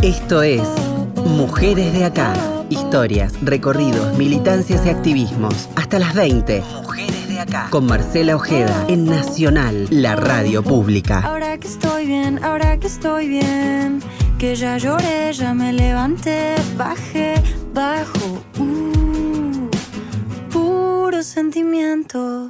Esto es Mujeres de Acá. Historias, recorridos, militancias y activismos. Hasta las 20. Mujeres de Acá. Con Marcela Ojeda en Nacional, la radio pública. Ahora que estoy bien, que ya lloré, ya me levanté, bajé, bajo, puro sentimiento.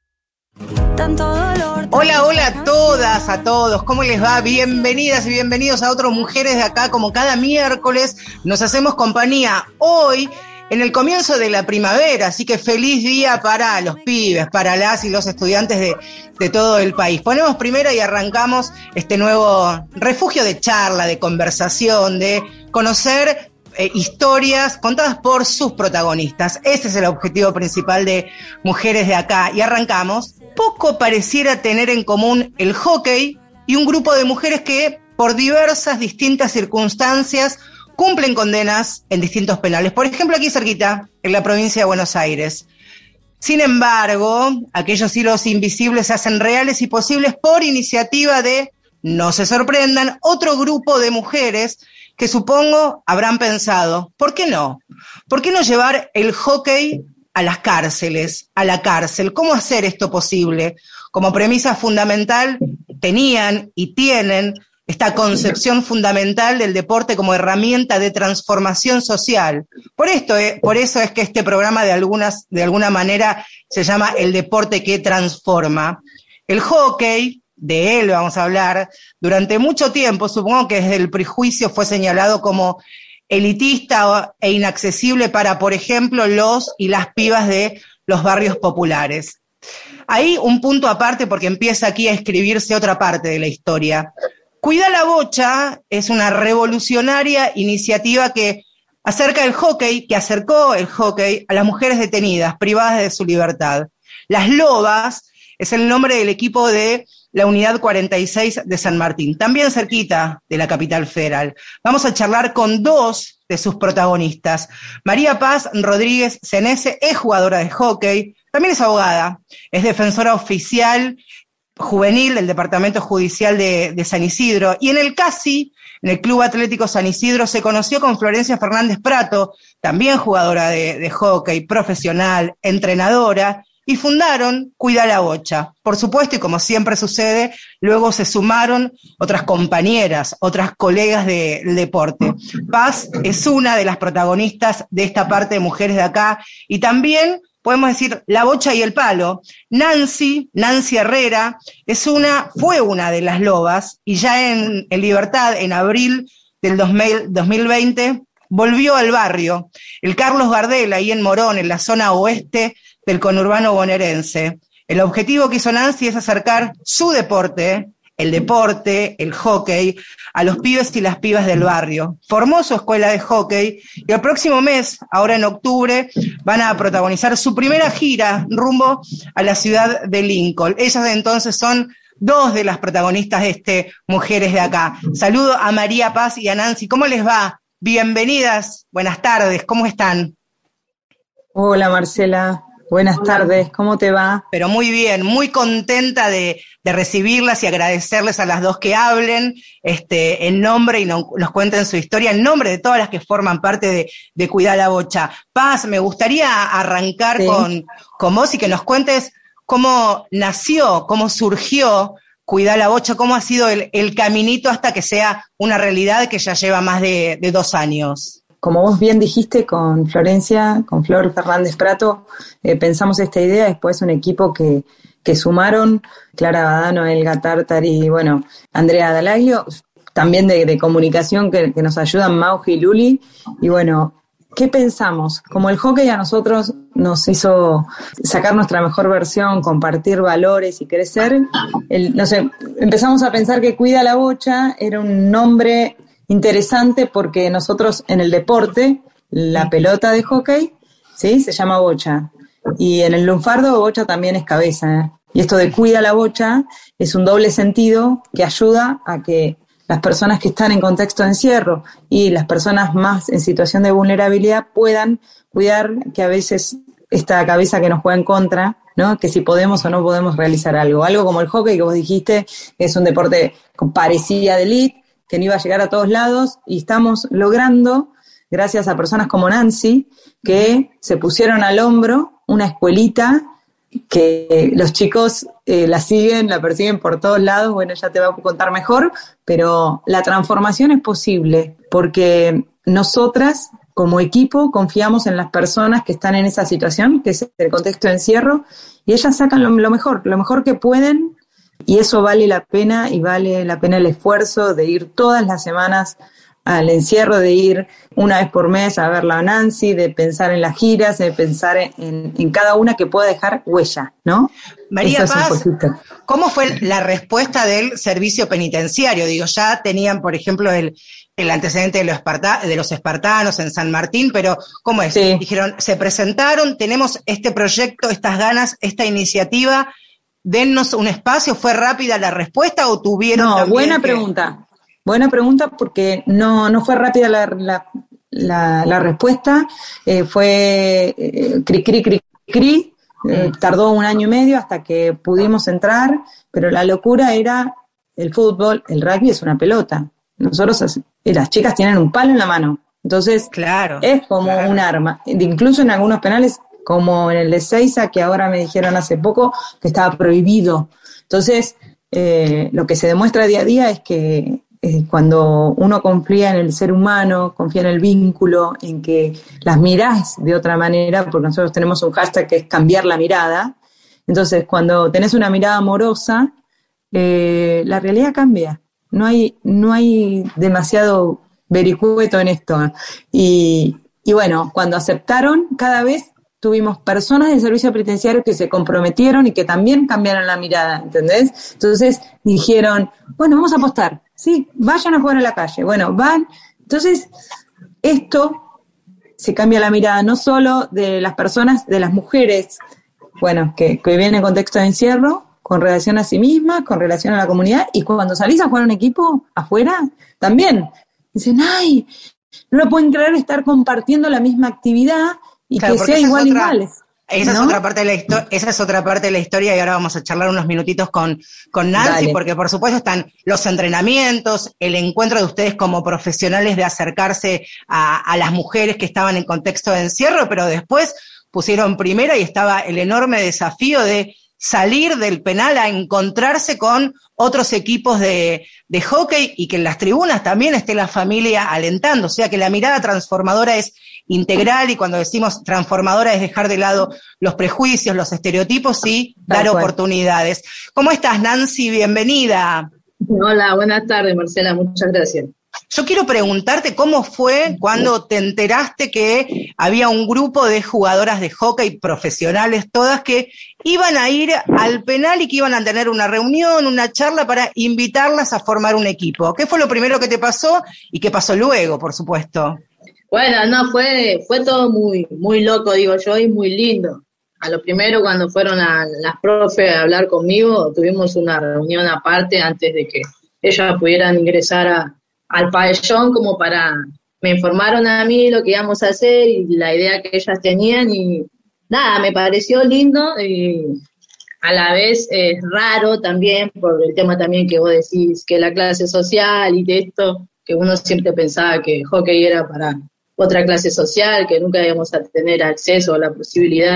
Tanto dolor. Hola a todas, a todos, ¿cómo les va? Bienvenidas y bienvenidos a otro Mujeres de Acá. Como cada miércoles nos hacemos compañía hoy en el comienzo de la primavera, así que feliz día para los pibes, para las y los estudiantes de todo el país. Ponemos primera y arrancamos este nuevo refugio de charla, de conversación, de conocer historias contadas por sus protagonistas. Ese es el objetivo principal de Mujeres de Acá. Y arrancamos. Poco pareciera tener en común el hockey y un grupo de mujeres que, por diversas distintas circunstancias, cumplen condenas en distintos penales. Por ejemplo, aquí cerquita, en la provincia de Buenos Aires. Sin embargo, aquellos hilos invisibles se hacen reales y posibles por iniciativa de, no se sorprendan, otro grupo de mujeres que supongo habrán pensado, ¿por qué no? ¿Por qué no llevar el hockey a las cárceles, a la cárcel? ¿Cómo hacer esto posible? Como premisa fundamental tenían y tienen esta concepción fundamental del deporte como herramienta de transformación social. Por eso es que este programa de alguna manera se llama El deporte que transforma. El hockey, de él vamos a hablar, durante mucho tiempo, supongo que desde el prejuicio fue señalado como elitista e inaccesible para, por ejemplo, los y las pibas de los barrios populares. Ahí un punto aparte porque empieza aquí a escribirse otra parte de la historia. Cuida la Bocha es una revolucionaria iniciativa que acercó el hockey a las mujeres detenidas, privadas de su libertad. Las Lobas es el nombre del equipo de la Unidad 46 de San Martín, también cerquita de la capital federal. Vamos a charlar con dos de sus protagonistas. María Paz Rodríguez Cenese es jugadora de hockey, también es abogada, es defensora oficial juvenil del Departamento Judicial de San Isidro, y en el CASI, en el Club Atlético San Isidro, se conoció con Florencia Fernández Prato, también jugadora de hockey, profesional, entrenadora, y fundaron Cuida la Bocha. Por supuesto, y como siempre sucede, luego se sumaron otras compañeras, otras colegas del deporte. Paz es una de las protagonistas de esta parte de Mujeres de Acá, y también podemos decir la bocha y el palo. Nancy Herrera fue una de las Lobas, y ya en libertad, en abril del 2020, volvió al barrio, el Carlos Gardel, ahí en Morón, en la zona oeste del conurbano bonaerense. El objetivo que hizo Nancy es acercar su deporte, el hockey, a los pibes y las pibas del barrio. Formó su escuela de hockey y el próximo mes, ahora en octubre, van a protagonizar su primera gira rumbo a la ciudad de Lincoln. Ellas entonces son dos de las protagonistas de Mujeres de Acá. Saludo a María Paz y a Nancy. ¿Cómo les va? Bienvenidas, buenas tardes, ¿cómo están? Hola Marcela, buenas tardes, ¿cómo te va? Pero muy bien, muy contenta de recibirlas y agradecerles a las dos que hablen en nombre y nos cuenten su historia, en nombre de todas las que forman parte de Cuidar la Bocha. Paz, me gustaría arrancar con vos y que nos cuentes cómo nació, cómo surgió Cuidar la Bocha, cómo ha sido el caminito hasta que sea una realidad que ya lleva más de 2 años. Como vos bien dijiste, con Flor Fernández Prato, pensamos esta idea, después un equipo que sumaron Clara Badano, Elga Tartari y Andrea Dalaglio, también de comunicación que nos ayudan Mauji y Luli, y ¿qué pensamos? Como el hockey a nosotros nos hizo sacar nuestra mejor versión, compartir valores y crecer, empezamos a pensar que Cuida la Bocha era un nombre interesante porque nosotros en el deporte, la pelota de hockey, ¿sí? Se llama bocha. Y en el lunfardo, bocha también es cabeza. Y esto de Cuida la Bocha es un doble sentido que ayuda a que las personas que están en contexto de encierro y las personas más en situación de vulnerabilidad puedan cuidar que a veces esta cabeza que nos juega en contra, ¿no? Que si podemos o no podemos realizar algo. Algo como el hockey que vos dijiste, es un deporte con parecida de elite, que no iba a llegar a todos lados, y estamos logrando, gracias a personas como Nancy, que se pusieron al hombro una escuelita que los chicos la siguen, la persiguen por todos lados. Bueno, ya te va a contar mejor, pero la transformación es posible porque nosotras como equipo confiamos en las personas que están en esa situación, que es el contexto de encierro, y ellas sacan lo mejor que pueden, y eso vale la pena, y vale la pena el esfuerzo de ir todas las semanas al encierro, de ir una vez por mes a verla a Nancy, de pensar en las giras, de pensar en cada una que pueda dejar huella, ¿no? María Paz, ¿cómo fue la respuesta del servicio penitenciario? Digo, ya tenían, por ejemplo, el antecedente de los espartanos en San Martín, pero ¿cómo es? Sí. Dijeron, se presentaron, tenemos este proyecto, estas ganas, esta iniciativa, dennos un espacio. ¿Fue rápida la respuesta o tuvieron No, también buena pregunta. Buena pregunta, porque no fue rápida la respuesta, fue cri, tardó 1 año y medio hasta que pudimos entrar, pero la locura era el fútbol, el rugby es una pelota. Nosotros, las chicas tienen un palo en la mano, entonces claro, es como un arma. Incluso en algunos penales, como en el de Seiza, que ahora me dijeron hace poco que estaba prohibido. Entonces, lo que se demuestra día a día es que cuando uno confía en el ser humano, confía en el vínculo, en que las mirás de otra manera, porque nosotros tenemos un hashtag que es cambiar la mirada, entonces cuando tenés una mirada amorosa, la realidad cambia, no hay demasiado vericueto en esto, y bueno, cuando aceptaron, cada vez tuvimos personas del servicio penitenciario que se comprometieron y que también cambiaron la mirada, ¿entendés? Entonces dijeron, bueno, vamos a apostar, sí, vayan a jugar a la calle, bueno, van. Entonces, esto se cambia la mirada no solo de las personas, de las mujeres, bueno, que viven en contexto de encierro, con relación a sí mismas, con relación a la comunidad, y cuando salís a jugar a un equipo afuera, también dicen, ay, no lo pueden creer estar compartiendo la misma actividad, y claro, que sea igual iguales. Esa es otra parte de la historia, y ahora vamos a charlar unos minutitos con Nancy. Dale. Porque por supuesto están los entrenamientos, el encuentro de ustedes como profesionales de acercarse a las mujeres que estaban en contexto de encierro, pero después pusieron primera y estaba el enorme desafío de salir del penal a encontrarse con otros equipos de hockey, y que en las tribunas también esté la familia alentando, o sea que la mirada transformadora es integral, y cuando decimos transformadora es dejar de lado los prejuicios, los estereotipos y dar oportunidades. ¿Cómo estás, Nancy? Bienvenida. Hola, buenas tardes, Marcela, muchas gracias. Yo quiero preguntarte cómo fue cuando te enteraste que había un grupo de jugadoras de hockey profesionales, todas, que iban a ir al penal y que iban a tener una reunión, una charla para invitarlas a formar un equipo. ¿Qué fue lo primero que te pasó y qué pasó luego, por supuesto? Bueno, no, fue todo muy, muy loco, digo yo, y muy lindo. A lo primero, cuando fueron las profes a hablar conmigo, tuvimos una reunión aparte antes de que ellas pudieran ingresar al pabellón, como me informaron a mí lo que íbamos a hacer y la idea que ellas tenían, y nada, me pareció lindo, y a la vez es raro también, por el tema también que vos decís, que la clase social y de esto, que uno siempre pensaba que hockey era para otra clase social, que nunca íbamos a tener acceso a la posibilidad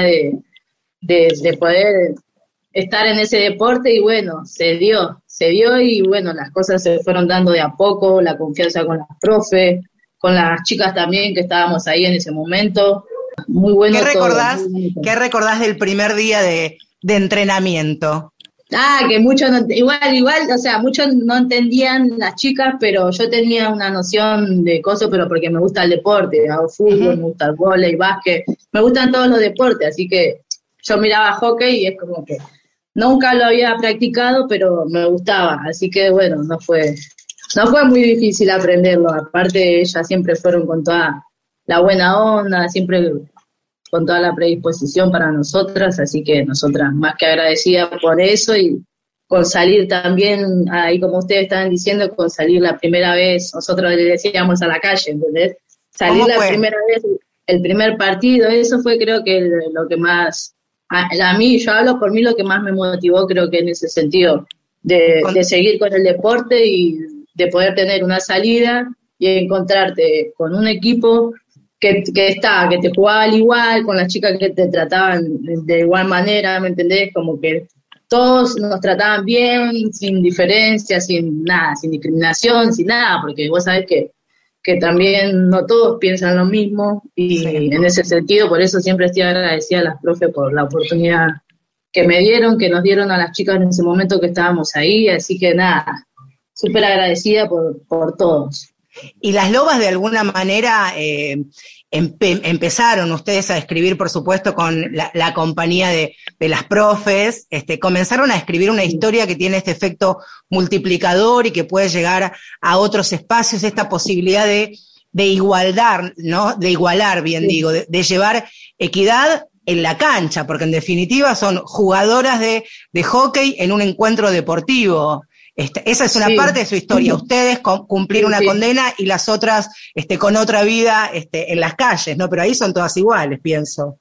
de poder estar en ese deporte, y bueno, se dio y bueno, las cosas se fueron dando de a poco, la confianza con las profes, con las chicas también que estábamos ahí en ese momento, muy bueno. ¿Qué recordás del primer día de entrenamiento? Que muchos igual, o sea, muchos no entendían las chicas, pero yo tenía una noción de cosas, pero porque me gusta el deporte, hago fútbol, me gusta el vóley, básquet, me gustan todos los deportes, así que yo miraba hockey y es como que nunca lo había practicado, pero me gustaba, así que bueno, no fue muy difícil aprenderlo. Aparte, ellas siempre fueron con toda la buena onda, siempre con toda la predisposición para nosotras, así que nosotras más que agradecidas por eso, y con salir también, ahí como ustedes estaban diciendo, con salir la primera vez, nosotros le decíamos a la calle, ¿entendés? Salir la primera vez, el primer partido, eso fue creo que lo que más, a mí, yo hablo por mí, lo que más me motivó, creo que en ese sentido, de seguir con el deporte y de poder tener una salida y encontrarte con un equipo que te jugaba al igual, con las chicas que te trataban de igual manera, ¿me entendés? Como que todos nos trataban bien, sin diferencia, sin nada, sin discriminación, sin nada, porque vos sabés que también no todos piensan lo mismo, y en ese sentido, por eso siempre estoy agradecida a las profes por la oportunidad que me dieron, que nos dieron a las chicas en ese momento que estábamos ahí, así que nada, súper agradecida por todos. Y las lobas de alguna manera empezaron ustedes a escribir, por supuesto, con la compañía de las profes, comenzaron a escribir una historia que tiene este efecto multiplicador y que puede llegar a otros espacios, esta posibilidad de igualdad, ¿no? De igualar, bien digo, de llevar equidad en la cancha, porque en definitiva son jugadoras de hockey en un encuentro deportivo. Esa es una parte de su historia. Ustedes cumplir una condena y las otras con otra vida en las calles, ¿no? Pero ahí son todas iguales, pienso.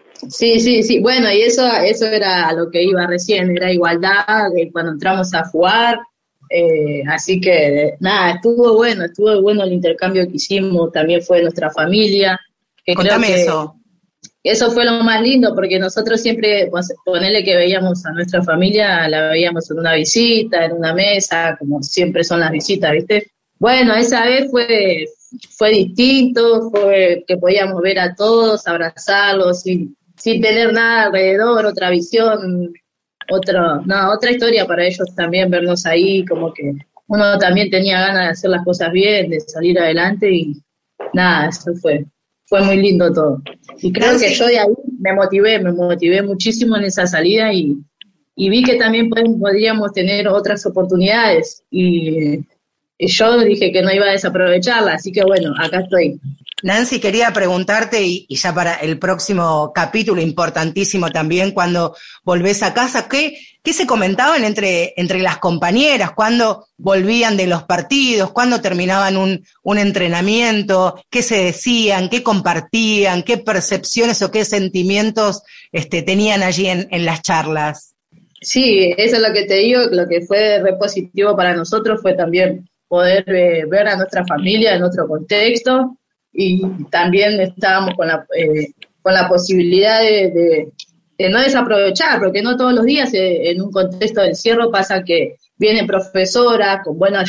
Sí. Bueno, y eso era a lo que iba recién, era igualdad cuando entramos a jugar. Así que, nada, estuvo bueno el intercambio que hicimos, también fue nuestra familia. Contame eso. Eso fue lo más lindo, porque nosotros siempre, ponele que veíamos a nuestra familia, la veíamos en una visita, en una mesa, como siempre son las visitas, ¿viste? Bueno, esa vez fue distinto, fue que podíamos ver a todos, abrazarlos, sin tener nada alrededor, otra visión, otra historia para ellos también, vernos ahí, como que uno también tenía ganas de hacer las cosas bien, de salir adelante, y nada, eso fue muy lindo todo. Y creo que yo de ahí me motivé muchísimo en esa salida, y vi que también podríamos tener otras oportunidades, y yo dije que no iba a desaprovecharla, así que bueno, acá estoy. Nancy, quería preguntarte, y ya para el próximo capítulo, importantísimo también, cuando volvés a casa, ¿qué se comentaban entre las compañeras? ¿Cuándo volvían de los partidos? ¿Cuándo terminaban un entrenamiento? ¿Qué se decían? ¿Qué compartían? ¿Qué percepciones o qué sentimientos tenían allí en las charlas? Sí, eso es lo que te digo, lo que fue re positivo para nosotros fue también poder ver a nuestra familia en otro contexto, y también estábamos con la posibilidad de no desaprovechar, porque no todos los días en un contexto de encierro pasa que viene profesora con buena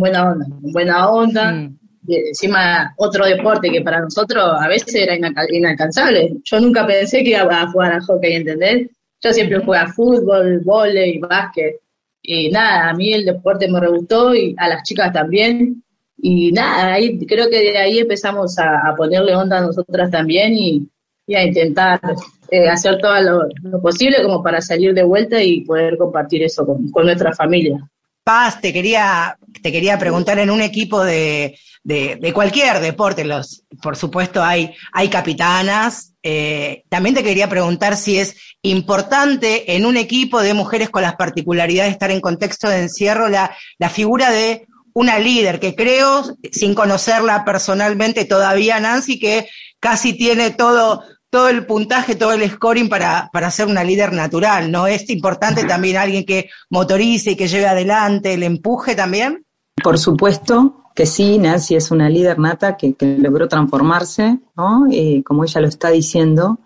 onda, y encima otro deporte que para nosotros a veces era inalcanzable. Yo nunca pensé que iba a jugar a hockey, ¿entendés? Yo siempre jugué a fútbol, vóley, básquet, y nada, a mí el deporte me re gustó, y a las chicas también. Y nada, ahí creo que de ahí empezamos a ponerle onda a nosotras también, y a intentar hacer todo lo posible como para salir de vuelta y poder compartir eso con nuestra familia. Paz, te quería preguntar, en un equipo de cualquier deporte, por supuesto hay capitanas, también te quería preguntar si es importante en un equipo de mujeres con las particularidades de estar en contexto de encierro la figura de una líder, que creo, sin conocerla personalmente todavía, Nancy, que casi tiene todo el puntaje, todo el scoring para ser una líder natural, ¿no? ¿Es importante también alguien que motorice y que lleve adelante, el empuje también? Por supuesto que sí, Nancy es una líder nata que logró transformarse, ¿no? Como ella lo está diciendo.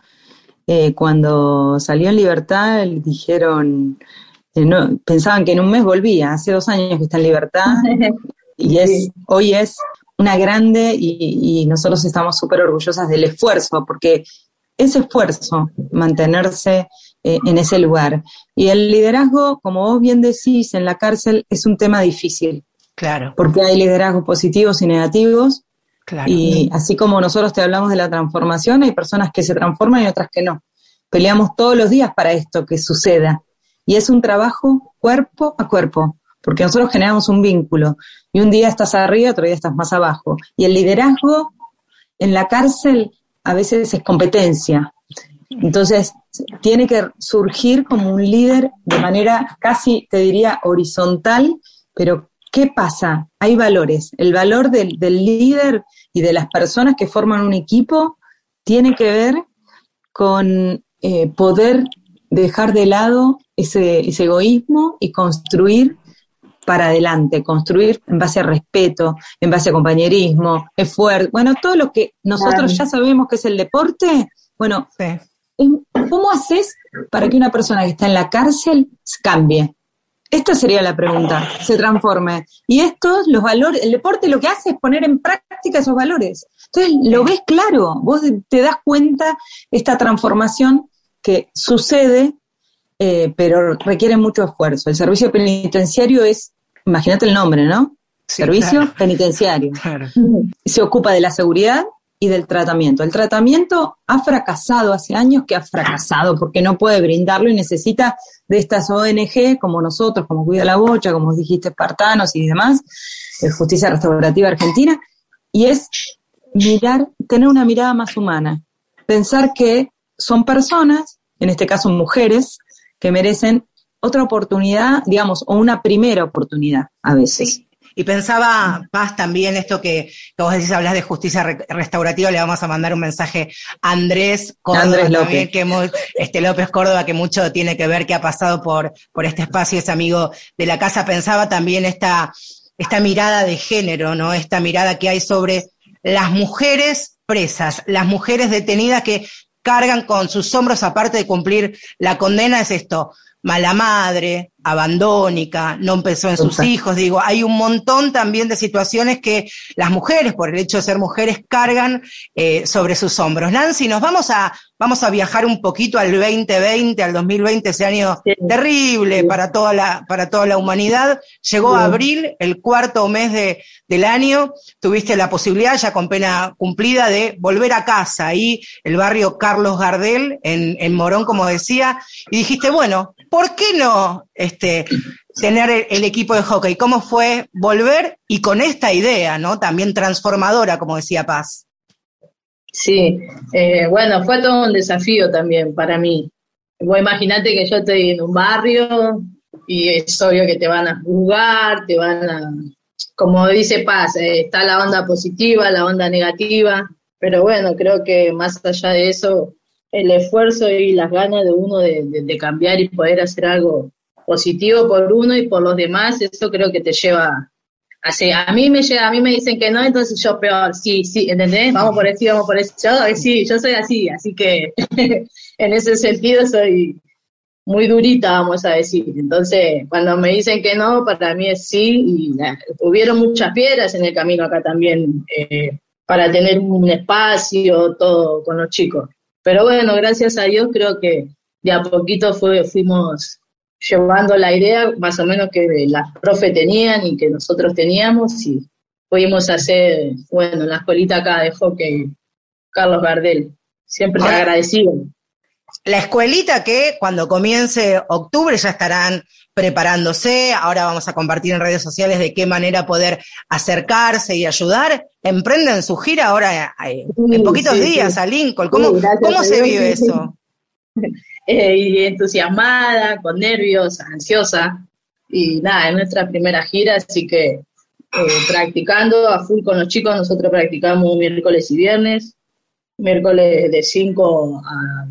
Cuando salió en libertad, dijeron... no, pensaban que en un mes volvía, hace 2 años que está en libertad, y hoy es una grande, y nosotros estamos súper orgullosas del esfuerzo, porque es esfuerzo mantenerse en ese lugar. Y el liderazgo, como vos bien decís, en la cárcel es un tema difícil. Claro. Porque hay liderazgos positivos y negativos. Claro. Y así como nosotros te hablamos de la transformación, hay personas que se transforman y otras que no. Peleamos todos los días para esto que suceda. Y es un trabajo cuerpo a cuerpo, porque nosotros generamos un vínculo. Y un día estás arriba, otro día estás más abajo. Y el liderazgo en la cárcel a veces es competencia. Entonces, tiene que surgir como un líder de manera casi, te diría, horizontal, pero ¿qué pasa? Hay valores. El valor del líder y de las personas que forman un equipo tiene que ver con poder dejar de lado ese egoísmo y construir para adelante, construir en base a respeto, en base a compañerismo, esfuerzo, bueno, todo lo que nosotros ya sabemos que es el deporte, bueno, ¿cómo haces para que una persona que está en la cárcel cambie? Esta sería la pregunta, se transforme. Y estos, los valores, el deporte lo que hace es poner en práctica esos valores. Entonces lo ves claro, vos te das cuenta esta transformación que sucede, pero requiere mucho esfuerzo. El servicio penitenciario es, imagínate el nombre, ¿no? Sí, servicio penitenciario. Claro. Se ocupa de la seguridad y del tratamiento. El tratamiento ha fracasado hace años que ha fracasado porque no puede brindarlo y necesita de estas ONG como nosotros, como Cuida la Bocha, como dijiste, Espartanos y demás, Justicia Restaurativa Argentina, y es tener una mirada más humana, pensar que son personas, en este caso mujeres, que merecen otra oportunidad, digamos, o una primera oportunidad a veces. Sí. Y pensaba, Paz, también esto que vos decís, hablas de justicia restaurativa, le vamos a mandar un mensaje a Andrés Córdoba, Andrés López. También, López Córdoba, que mucho tiene que ver, que ha pasado por este espacio, es amigo de la casa. Pensaba también esta mirada de género, ¿no? Esta mirada que hay sobre las mujeres presas, las mujeres detenidas que cargan con sus hombros, aparte de cumplir la condena, es esto: mala madre, abandónica, no empezó en sus hijos, digo, hay un montón también de situaciones que las mujeres, por el hecho de ser mujeres, cargan sobre sus hombros. Nancy, nos vamos a viajar un poquito al 2020, al 2020, ese año terrible para toda la humanidad. Llegó abril, el cuarto mes del año, tuviste la posibilidad, ya con pena cumplida, de volver a casa, ahí el barrio Carlos Gardel, en Morón, como decía, y dijiste, bueno, ¿por qué no tener el equipo de hockey? ¿Cómo fue volver y con esta idea, ¿no? También transformadora, como decía Paz. Sí, bueno, fue todo un desafío también para mí. Vos imaginate que yo estoy en un barrio y es obvio que te van a juzgar, como dice Paz, está la onda positiva, la onda negativa, pero bueno, creo que más allá de eso, el esfuerzo y las ganas de uno de cambiar y poder hacer algo positivo por uno y por los demás, eso creo que te lleva a mí me dicen que no, entonces yo peor, sí, ¿entendés? Vamos por eso. Yo soy así que en ese sentido soy muy durita, vamos a decir. Entonces, cuando me dicen que no, para mí es sí, y hubieron muchas piedras en el camino acá también, para tener un espacio, todo con los chicos. Pero bueno, gracias a Dios creo que de a poquito fuimos llevando la idea más o menos que las profes tenían y que nosotros teníamos, y pudimos hacer, bueno, la escuelita acá de hockey Carlos Gardel. Siempre agradecido. La escuelita que cuando comience octubre ya estarán preparándose, ahora vamos a compartir en redes sociales de qué manera poder acercarse y ayudar. Emprenden su gira ahora en poquitos días a Lincoln. ¿Cómo se vive eso? Y entusiasmada, con nervios, ansiosa, y nada, es nuestra primera gira, así que practicando a full con los chicos. Nosotros practicamos miércoles y viernes, miércoles de 5 a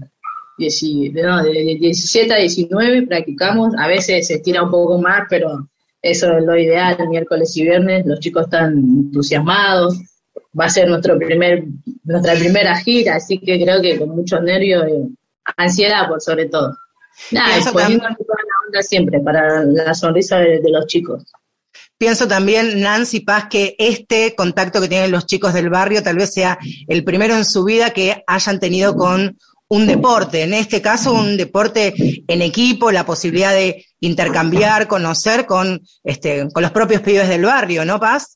de 17 a 19 practicamos, a veces se estira un poco más, pero eso es lo ideal, miércoles y viernes, los chicos están entusiasmados, va a ser nuestra primera gira, así que creo que con muchos nervios, ansiedad por sobre todo. Nada, poniendo toda la onda siempre para la sonrisa de los chicos. Pienso también, Nancy, Paz, que este contacto que tienen los chicos del barrio tal vez sea el primero en su vida que hayan tenido con un deporte, en este caso un deporte en equipo, la posibilidad de intercambiar, conocer con los propios pibes del barrio, ¿no, Paz?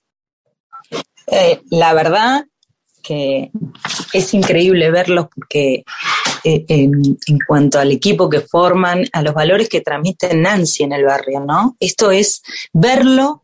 La verdad que es increíble verlos porque en cuanto al equipo que forman, a los valores que transmiten Nancy en el barrio, ¿no? Esto es verlo,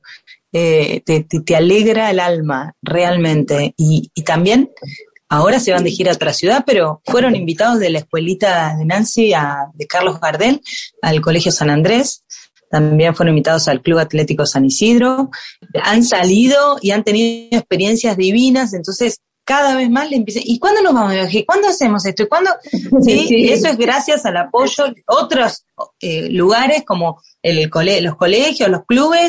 te alegra el alma realmente, y también ahora se van de gira a otra ciudad, pero fueron invitados de la escuelita de Nancy, de Carlos Gardel, al Colegio San Andrés. También fueron invitados al Club Atlético San Isidro. Han salido y han tenido experiencias divinas, entonces cada vez más le empiezan, ¿y cuándo nos vamos de viaje? ¿Cuándo hacemos esto? ¿Y cuándo? ¿Sí? Eso es gracias al apoyo de otros lugares como los colegios, los clubes,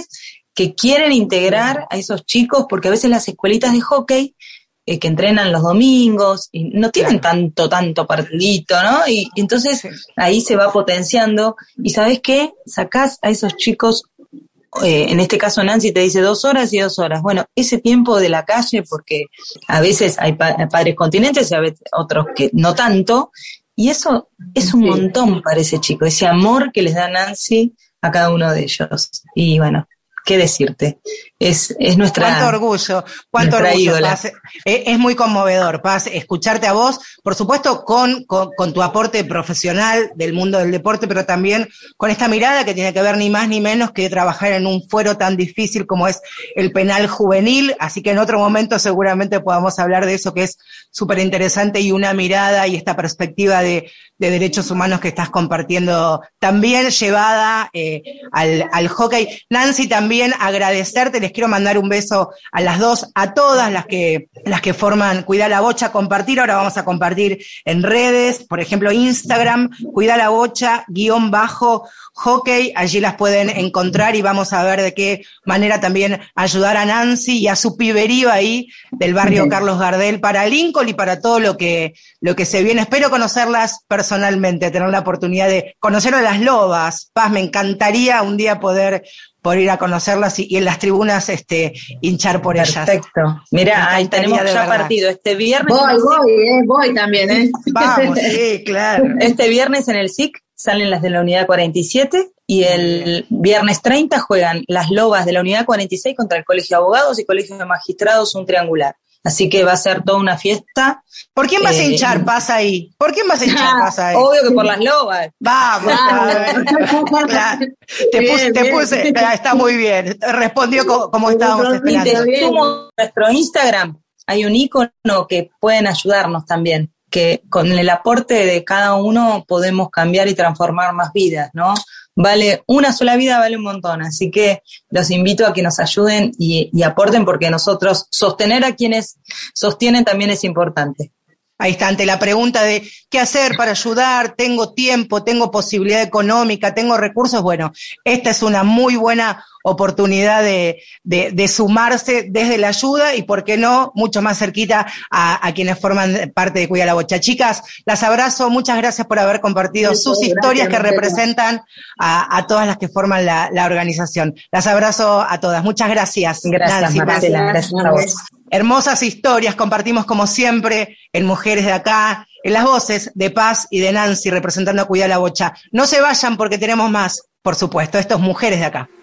que quieren integrar a esos chicos, porque a veces las escuelitas de hockey que entrenan los domingos y no tienen tanto partidito, ¿no? Y entonces ahí se va potenciando y ¿sabés qué? Sacás a esos chicos, en este caso Nancy te dice 2 horas y 2 horas. Bueno, ese tiempo de la calle, porque a veces hay padres continentes y a veces otros que no tanto, y eso es un montón para ese chico, ese amor que les da Nancy a cada uno de ellos. Y bueno, ¿qué decirte? Es nuestra... Cuánto orgullo, Paz. Es muy conmovedor, Paz, escucharte a vos, por supuesto con tu aporte profesional del mundo del deporte, pero también con esta mirada que tiene que ver ni más ni menos que trabajar en un fuero tan difícil como es el penal juvenil, así que en otro momento seguramente podamos hablar de eso, que es súper interesante, y una mirada y esta perspectiva de derechos humanos que estás compartiendo también llevada al hockey. Nancy, también agradecerte, les quiero mandar un beso a las dos, a todas las que forman Cuidá la Bocha, compartir, ahora vamos a compartir en redes, por ejemplo Instagram, Cuidá la Bocha _hockey, allí las pueden encontrar y vamos a ver de qué manera también ayudar a Nancy y a su piberío ahí del barrio Carlos Gardel para Lincoln y para todo lo que se viene. Espero conocerlas personalmente, tener la oportunidad de conocer a las lobas. Paz, me encantaría un día poder ir a conocerlas y en las tribunas hinchar por ellas. Perfecto. Mirá, ahí tenemos ya partido este viernes. Voy también, Vamos, sí, claro. Este viernes en el SIC salen las de la unidad 47 y el viernes 30 juegan las lobas de la unidad 46 contra el Colegio de Abogados y Colegio de Magistrados, un triangular. Así que va a ser toda una fiesta. ¿Por quién vas a hinchar, Paz, ahí? ¿Por quién vas a hinchar, Paz, ahí? Obvio que por las lobas. Vamos. Te puse, está muy bien. Respondió como estábamos esperando. Y te sumo nuestro Instagram. Hay un icono que pueden ayudarnos también, que con el aporte de cada uno podemos cambiar y transformar más vidas, ¿no? Una sola vida vale un montón, así que los invito a que nos ayuden y aporten, porque nosotros sostener a quienes sostienen también es importante. Ahí está, ante la pregunta de qué hacer para ayudar, tengo tiempo, tengo posibilidad económica, tengo recursos, bueno, esta es una muy buena oportunidad de sumarse desde la ayuda y, por qué no, mucho más cerquita a quienes forman parte de Cuida la Bocha. Chicas, las abrazo, muchas gracias por haber compartido sus historias que representan a todas las que forman la organización. Las abrazo a todas, muchas gracias. Gracias, Nancy, Marcela, gracias a vos. Hermosas historias compartimos como siempre en Mujeres de Acá, en las voces de Paz y de Nancy representando a Cuidá la Bocha. No se vayan porque tenemos más, por supuesto. Esto es Mujeres de Acá.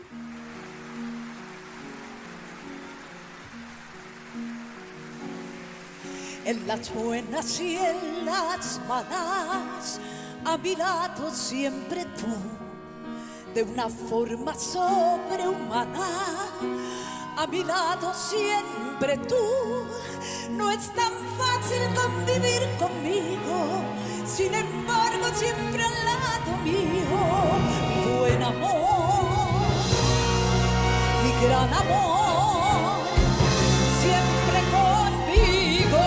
En las buenas y en las malas, a mi lado siempre tú, de una forma sobrehumana. A mi lado siempre tú, no es tan fácil convivir conmigo, sin embargo siempre al lado mío, mi buen amor, mi gran amor, siempre conmigo.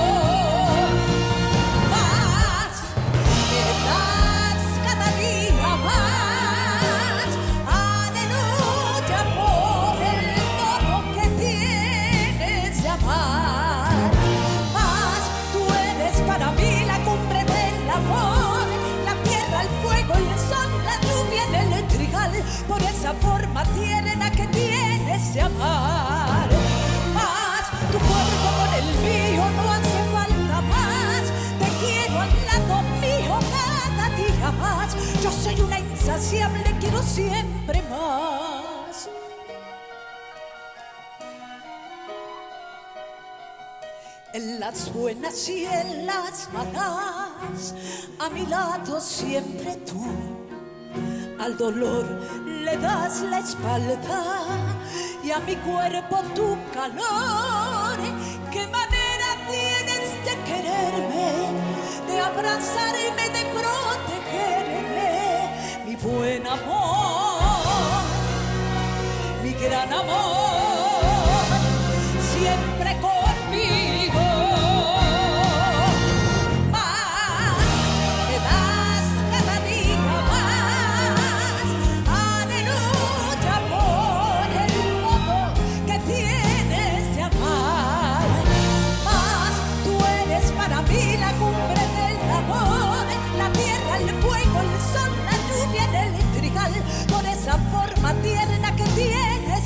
Más, me das cada día más, aleluya por el todo que tienes de amar. Más, tú eres para mí la cumbre del amor, la tierra, el fuego, el sol, la lluvia en el trigal, por esa forma tierna que tienes de amar. Más, tu cuerpo con el mío, no hace falta más, te quiero al lado mío cada día más. Yo soy una insaciable, quiero siempre más. En las buenas y en las malas, a mi lado siempre tú. Al dolor le das la espalda y a mi cuerpo tu calor. ¿Qué manera tienes de quererme, de abrazarme, de protegerme? Mi buen amor, mi gran amor, siempre conmigo. Más, me das cada día más, aleluya por el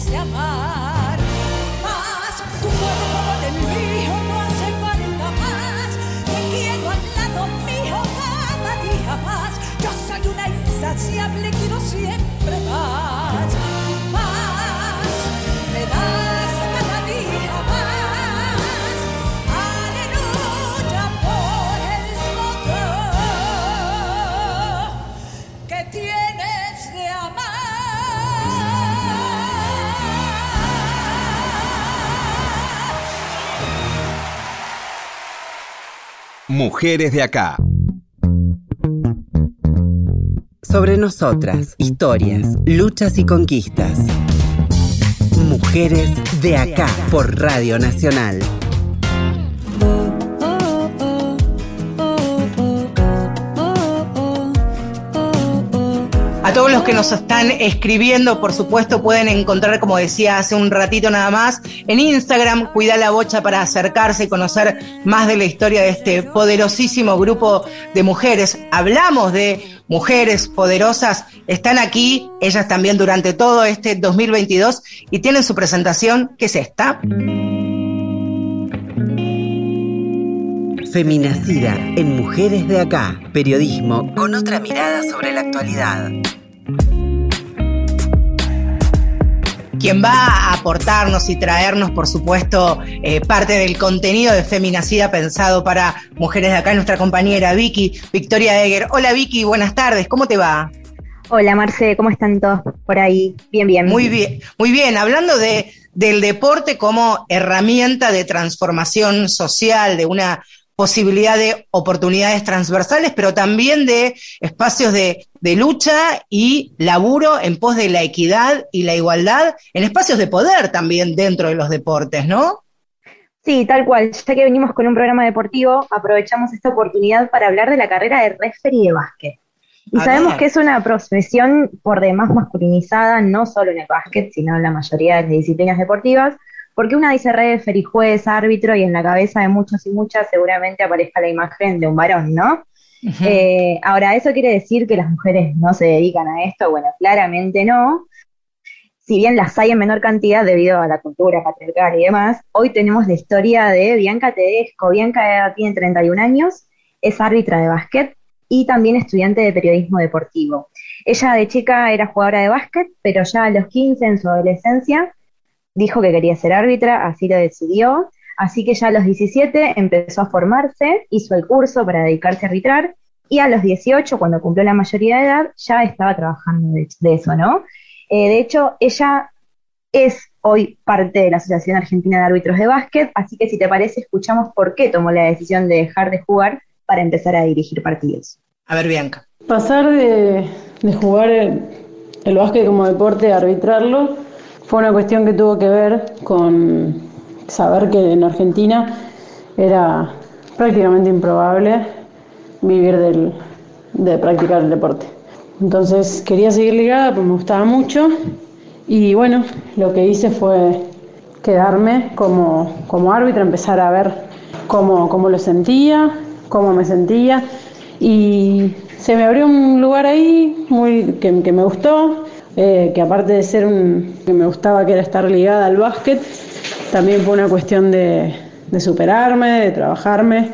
de amar. Más tu cuerpo del mío no hace falta más. Te quiero al lado mío cada día más. Yo soy una insaciable, quiero siempre más. Más me das cada día más. Aleluya por el poder que tienes de amar. Mujeres de acá. Sobre nosotras, historias, luchas y conquistas. Mujeres de acá por Radio Nacional. A todos los que nos están escribiendo, por supuesto, pueden encontrar, como decía hace un ratito nada más, en Instagram, Cuidá la Bocha, para acercarse y conocer más de la historia de este poderosísimo grupo de mujeres. Hablamos de mujeres poderosas, están aquí, ellas también durante todo este 2022, y tienen su presentación, que es esta. Feminacida en Mujeres de acá. Periodismo con otra mirada sobre la actualidad. Quien va a aportarnos y traernos, por supuesto, parte del contenido de Feminacida pensado para Mujeres de acá es nuestra compañera Victoria Egger. Hola Vicky, buenas tardes, ¿cómo te va? Hola Marce, ¿cómo están todos por ahí? Bien, bien. Muy bien. Hablando del deporte como herramienta de transformación social, de una posibilidad de oportunidades transversales, pero también de espacios de lucha y laburo en pos de la equidad y la igualdad, en espacios de poder también dentro de los deportes, ¿no? Sí, tal cual. Ya que venimos con un programa deportivo, aprovechamos esta oportunidad para hablar de la carrera de referee de básquet. Y sabemos que es una profesión por demás masculinizada, no solo en el básquet, sino en la mayoría de las disciplinas deportivas, porque una dice referee, juez, árbitro, y en la cabeza de muchos y muchas seguramente aparezca la imagen de un varón, ¿no? Uh-huh. Ahora, ¿eso quiere decir que las mujeres no se dedican a esto? Bueno, claramente no. Si bien las hay en menor cantidad debido a la cultura patriarcal y demás, hoy tenemos la historia de Bianca Tedesco. Bianca tiene 31 años, es árbitra de básquet y también estudiante de periodismo deportivo. Ella de chica era jugadora de básquet, pero ya a los 15, en su adolescencia, dijo que quería ser árbitra, así lo decidió, así que ya a los 17 empezó a formarse, hizo el curso para dedicarse a arbitrar, y a los 18, cuando cumplió la mayoría de edad, ya estaba trabajando de eso, ¿no? De hecho, ella es hoy parte de la Asociación Argentina de Árbitros de Básquet, así que si te parece, escuchamos por qué tomó la decisión de dejar de jugar para empezar a dirigir partidos. A ver, Bianca. Pasar de jugar el básquet como deporte a arbitrarlo fue una cuestión que tuvo que ver con saber que en Argentina era prácticamente improbable vivir de practicar el deporte. Entonces quería seguir ligada porque me gustaba mucho y bueno, lo que hice fue quedarme como árbitra, empezar a ver cómo lo sentía, cómo me sentía y se me abrió un lugar ahí que me gustó. Que aparte de ser que me gustaba, que era estar ligada al básquet, también fue una cuestión de superarme, de trabajarme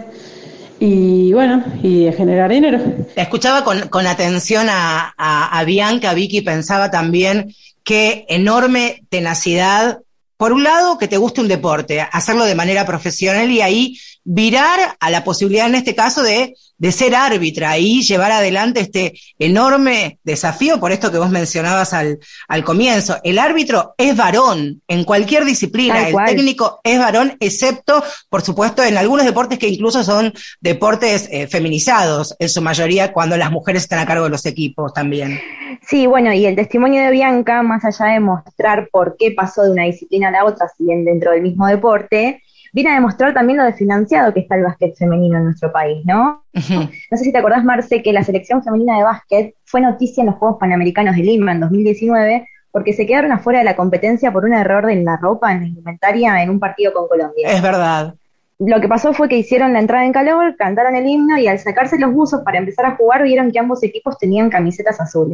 y bueno, y de generar dinero. Te escuchaba con atención a Bianca, Vicky, pensaba también qué enorme tenacidad, por un lado, que te guste un deporte, hacerlo de manera profesional y ahí virar a la posibilidad en este caso de ser árbitra y llevar adelante este enorme desafío, por esto que vos mencionabas al comienzo. El árbitro es varón en cualquier disciplina, el técnico es varón, excepto, por supuesto, en algunos deportes que incluso son deportes feminizados, en su mayoría cuando las mujeres están a cargo de los equipos también. Sí, bueno, y el testimonio de Bianca, más allá de mostrar por qué pasó de una disciplina a la otra, si bien dentro del mismo deporte, viene a demostrar también lo desfinanciado que está el básquet femenino en nuestro país, ¿no? Uh-huh. No sé si te acordás, Marce, que la selección femenina de básquet fue noticia en los Juegos Panamericanos de Lima en 2019 porque se quedaron afuera de la competencia por un error en la ropa, en la indumentaria, en un partido con Colombia. Es verdad. Lo que pasó fue que hicieron la entrada en calor, cantaron el himno y al sacarse los buzos para empezar a jugar vieron que ambos equipos tenían camisetas azules.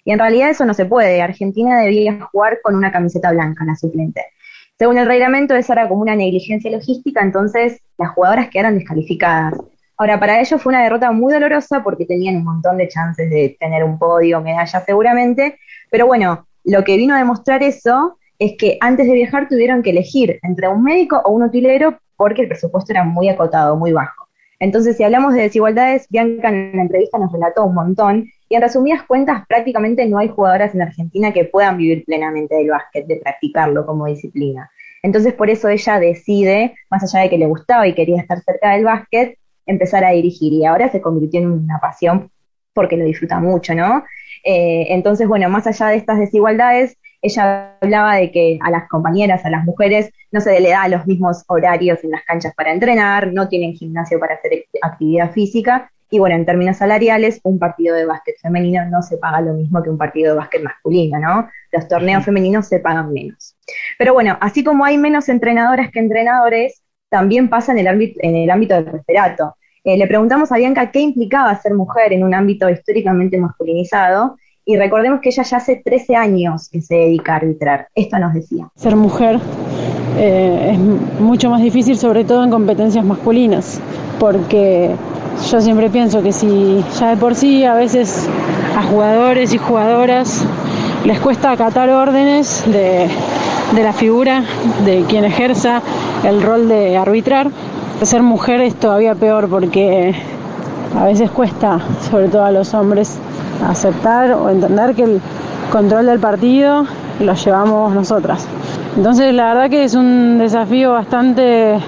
Y en realidad eso no se puede. Argentina debía jugar con una camiseta blanca, la suplente. Según el reglamento, eso era como una negligencia logística, entonces las jugadoras quedaron descalificadas. Ahora, para ellos fue una derrota muy dolorosa porque tenían un montón de chances de tener un podio, medalla seguramente, pero bueno, lo que vino a demostrar eso es que antes de viajar tuvieron que elegir entre un médico o un utilero porque el presupuesto era muy acotado, muy bajo. Entonces, si hablamos de desigualdades, Bianca en la entrevista nos relató un montón, y en resumidas cuentas, prácticamente no hay jugadoras en Argentina que puedan vivir plenamente del básquet, de practicarlo como disciplina. Entonces, por eso ella decide, más allá de que le gustaba y quería estar cerca del básquet, empezar a dirigir, y ahora se convirtió en una pasión porque lo disfruta mucho, ¿no? Entonces, bueno, más allá de estas desigualdades, ella hablaba de que a las compañeras, a las mujeres, no se le da los mismos horarios en las canchas para entrenar, no tienen gimnasio para hacer actividad física, y bueno, en términos salariales, un partido de básquet femenino no se paga lo mismo que un partido de básquet masculino, ¿no? Los torneos femeninos se pagan menos. Pero bueno, así como hay menos entrenadoras que entrenadores, también pasa en el ámbito del referato. Le preguntamos a Bianca qué implicaba ser mujer en un ámbito históricamente masculinizado, y recordemos que ella ya hace 13 años que se dedica a arbitrar. Esto nos decía. Ser mujer es mucho más difícil, sobre todo en competencias masculinas, porque yo siempre pienso que si ya de por sí a veces a jugadores y jugadoras les cuesta acatar órdenes de la figura de quien ejerza el rol de arbitrar, ser mujer es todavía peor porque a veces cuesta, sobre todo a los hombres, aceptar o entender que el control del partido lo llevamos nosotras. Entonces la verdad que es un desafío bastante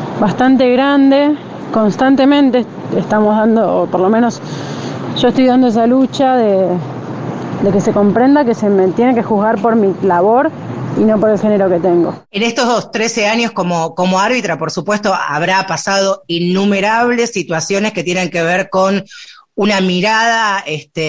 grande. Constantemente estamos dando, o por lo menos yo estoy dando esa lucha de que se comprenda que se me tiene que juzgar por mi labor y no por el género que tengo. En estos 13 años como árbitra, por supuesto, habrá pasado innumerables situaciones que tienen que ver con una mirada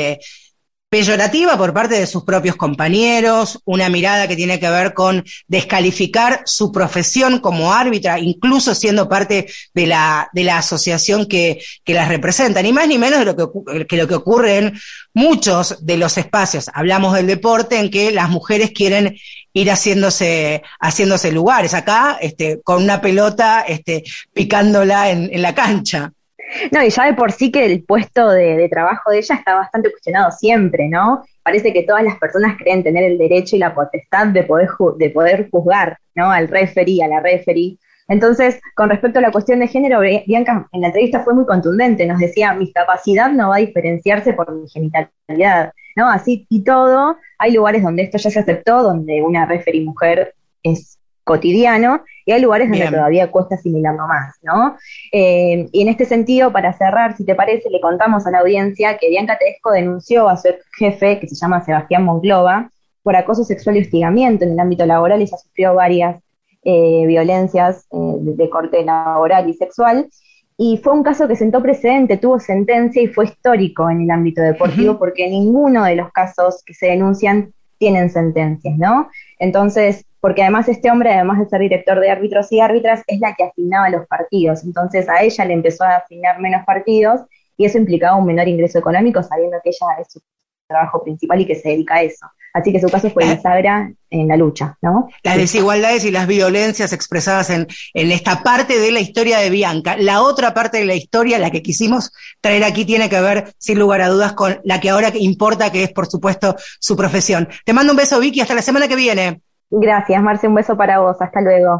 peyorativa por parte de sus propios compañeros, una mirada que tiene que ver con descalificar su profesión como árbitra, incluso siendo parte de la asociación que las representa, ni más ni menos de lo que ocurre en muchos de los espacios. Hablamos del deporte en que las mujeres quieren ir haciéndose lugares, acá con una pelota picándola en la cancha. No, y ya de por sí que el puesto de trabajo de ella está bastante cuestionado siempre, ¿no? Parece que todas las personas creen tener el derecho y la potestad de poder juzgar, ¿no? Al referee, a la referee. Entonces, con respecto a la cuestión de género, Bianca en la entrevista fue muy contundente, nos decía, mi capacidad no va a diferenciarse por mi genitalidad, ¿no? Así y todo, hay lugares donde esto ya se aceptó, donde una referee mujer es cotidiano, y hay lugares donde todavía cuesta asimilarlo más, ¿no? Y en este sentido, para cerrar, si te parece, le contamos a la audiencia que Bianca Tedesco denunció a su ex jefe, que se llama Sebastián Monclova, por acoso sexual y hostigamiento en el ámbito laboral. Ella sufrió varias violencias de corte laboral y sexual, y fue un caso que sentó precedente, tuvo sentencia y fue histórico en el ámbito deportivo, porque ninguno de los casos que se denuncian tienen sentencias, ¿no? Entonces, porque además este hombre, además de ser director de árbitros y árbitras, es la que asignaba los partidos. Entonces a ella le empezó a asignar menos partidos y eso implicaba un menor ingreso económico, sabiendo que ella es su trabajo principal y que se dedica a eso. Así que su caso fue bisagra en la lucha, ¿no? Las desigualdades y las violencias expresadas en esta parte de la historia de Bianca. La otra parte de la historia, la que quisimos traer aquí, tiene que ver, sin lugar a dudas, con la que ahora importa, que es, por supuesto, su profesión. Te mando un beso, Vicky, hasta la semana que viene. Gracias, Marce, un beso para vos, hasta luego.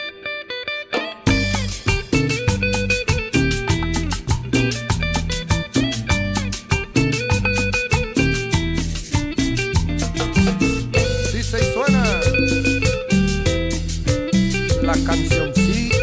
Sí, se suena la cancioncita.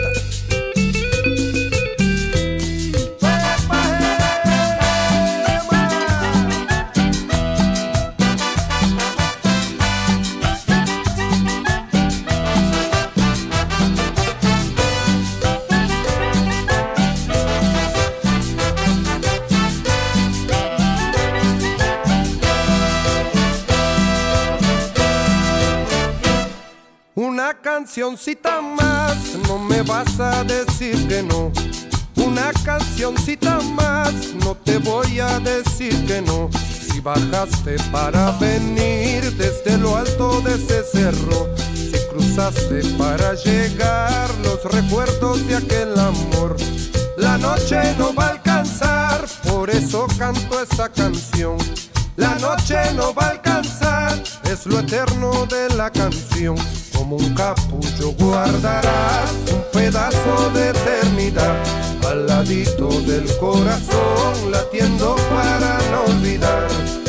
Una cancioncita más, no me vas a decir que no. Una cancioncita más, no te voy a decir que no. Si bajaste para venir desde lo alto de ese cerro, si cruzaste para llegar, los recuerdos de aquel amor. La noche no va a alcanzar, por eso canto esta canción. La noche no va a alcanzar, es lo eterno de la canción. Como un capullo guardarás un pedazo de eternidad al ladito del corazón, latiendo para no olvidar.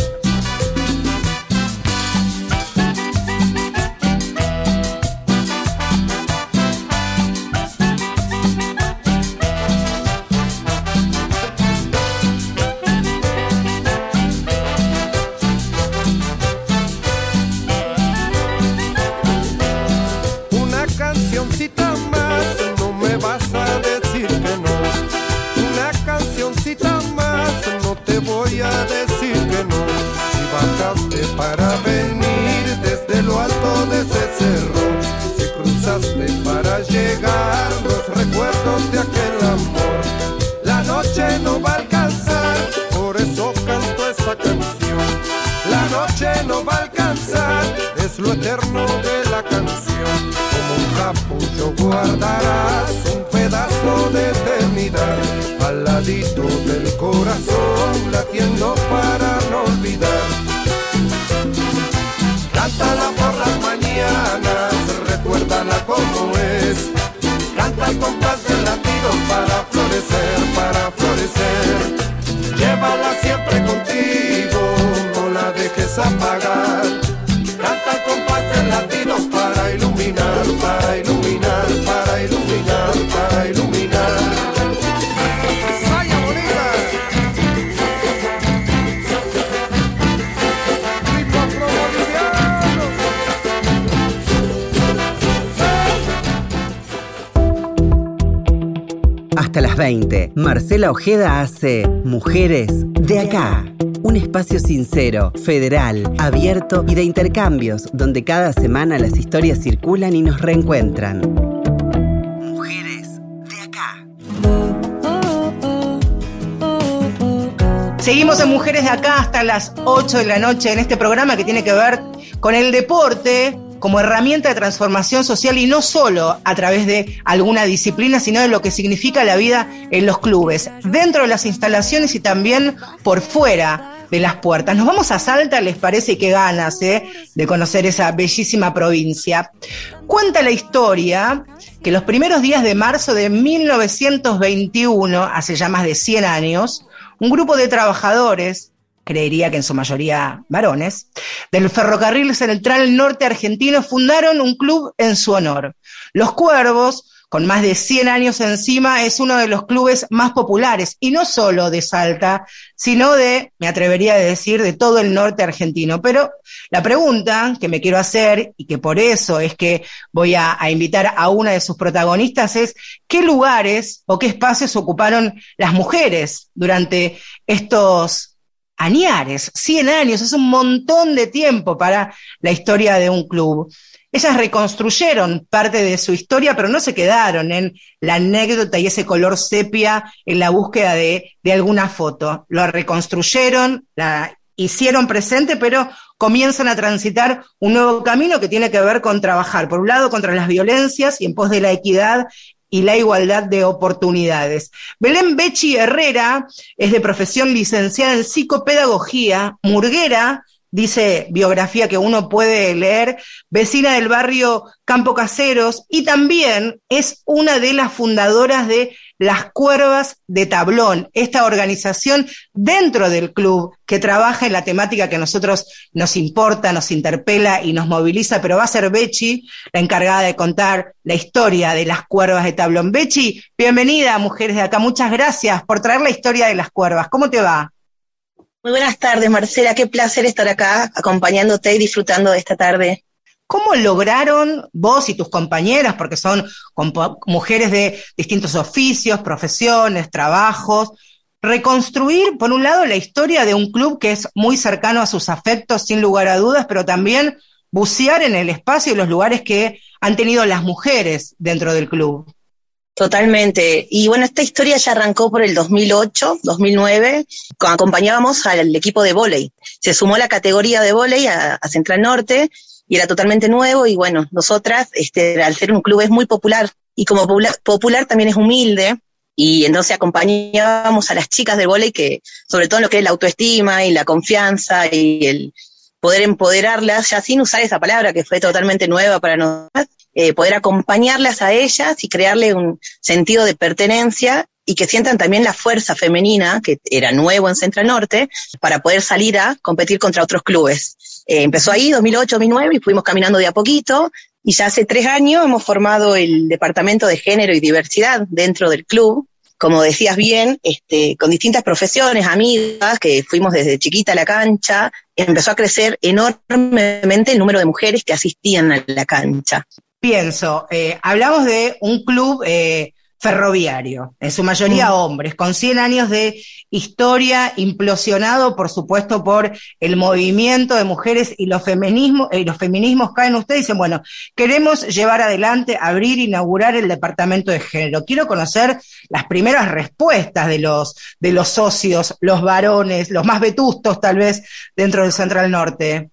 Para venir desde lo alto de ese cerro, si cruzaste para llegar, los recuerdos de aquel amor. La noche no va a alcanzar, por eso canto esta canción. La noche no va a alcanzar, es lo eterno de la canción. Como un capullo guardarás un pedazo de eternidad al ladito del corazón, latiendo para no olvidar. Cántala por las mañanas, recuérdala como es. Canta al compás del latido para florecer, para florecer. Llévala siempre contigo, no la dejes apagar. Canta al compás del latido para iluminar, para iluminar, para iluminar, para iluminar. ¡Saya bonita! Hasta las 20, Marcela Ojeda hace Mujeres de Acá. Un espacio sincero, federal, abierto y de intercambios, donde cada semana las historias circulan y nos reencuentran. Mujeres de Acá. Seguimos en Mujeres de Acá hasta las 8 de la noche en este programa que tiene que ver con el deporte como herramienta de transformación social y no solo a través de alguna disciplina, sino de lo que significa la vida en los clubes, dentro de las instalaciones y también por fuera de las puertas. Nos vamos a Salta, ¿les parece? Qué ganas de conocer esa bellísima provincia. Cuenta la historia que los primeros días de marzo de 1921, hace ya más de 100 años, un grupo de trabajadores, creería que en su mayoría varones, del Ferrocarril Central Norte Argentino fundaron un club en su honor. Los Cuervos, con más de 100 años encima, es uno de los clubes más populares, y no solo de Salta, sino de, me atrevería a decir, de todo el norte argentino. Pero la pregunta que me quiero hacer, y que por eso es que voy a invitar a una de sus protagonistas, es ¿qué lugares o qué espacios ocuparon las mujeres durante estos añares? 100 años, es un montón de tiempo para la historia de un club. Ellas reconstruyeron parte de su historia, pero no se quedaron en la anécdota y ese color sepia en la búsqueda de alguna foto. Lo reconstruyeron, la hicieron presente, pero comienzan a transitar un nuevo camino que tiene que ver con trabajar, por un lado, contra las violencias y en pos de la equidad y la igualdad de oportunidades. Belén Becci Herrera es de profesión licenciada en psicopedagogía, murguera, dice biografía que uno puede leer, vecina del barrio Campo Caseros, y también es una de las fundadoras de Las Cuervas de Tablón, esta organización dentro del club que trabaja en la temática que a nosotros nos importa, nos interpela y nos moviliza, pero va a ser Becci la encargada de contar la historia de Las Cuervas de Tablón. Becci, bienvenida a Mujeres de Acá, muchas gracias por traer la historia de Las Cuervas. ¿Cómo te va? Muy buenas tardes, Marcela, qué placer estar acá acompañándote y disfrutando de esta tarde. ¿Cómo lograron vos y tus compañeras, porque son mujeres de distintos oficios, profesiones, trabajos, reconstruir, por un lado, la historia de un club que es muy cercano a sus afectos, sin lugar a dudas, pero también bucear en el espacio y los lugares que han tenido las mujeres dentro del club? Totalmente. Y bueno, esta historia ya arrancó por el 2008, 2009, acompañábamos al equipo de vóley. Se sumó la categoría de vóley a Central Norte y era totalmente nuevo y bueno, nosotras, al ser un club es muy popular y como popular también es humilde y entonces acompañábamos a las chicas de vóley que, sobre todo en lo que es la autoestima y la confianza y el poder empoderarlas, ya sin usar esa palabra que fue totalmente nueva para nosotras, poder acompañarlas a ellas y crearle un sentido de pertenencia y que sientan también la fuerza femenina, que era nuevo en Central Norte, para poder salir a competir contra otros clubes. Empezó ahí, 2008, 2009, y fuimos caminando de a poquito, y ya hace 3 años hemos formado el Departamento de Género y Diversidad dentro del club, como decías bien, con distintas profesiones, amigas, que fuimos desde chiquita a la cancha, empezó a crecer enormemente el número de mujeres que asistían a la cancha. Pienso, hablamos de un club ferroviario, en su mayoría hombres, con 100 años de historia, implosionado, por supuesto, por el movimiento de mujeres y los feminismos caen ustedes y dicen, bueno, queremos llevar adelante, abrir, inaugurar el departamento de género. Quiero conocer las primeras respuestas de los socios, los varones, los más vetustos tal vez, dentro del Central Norte.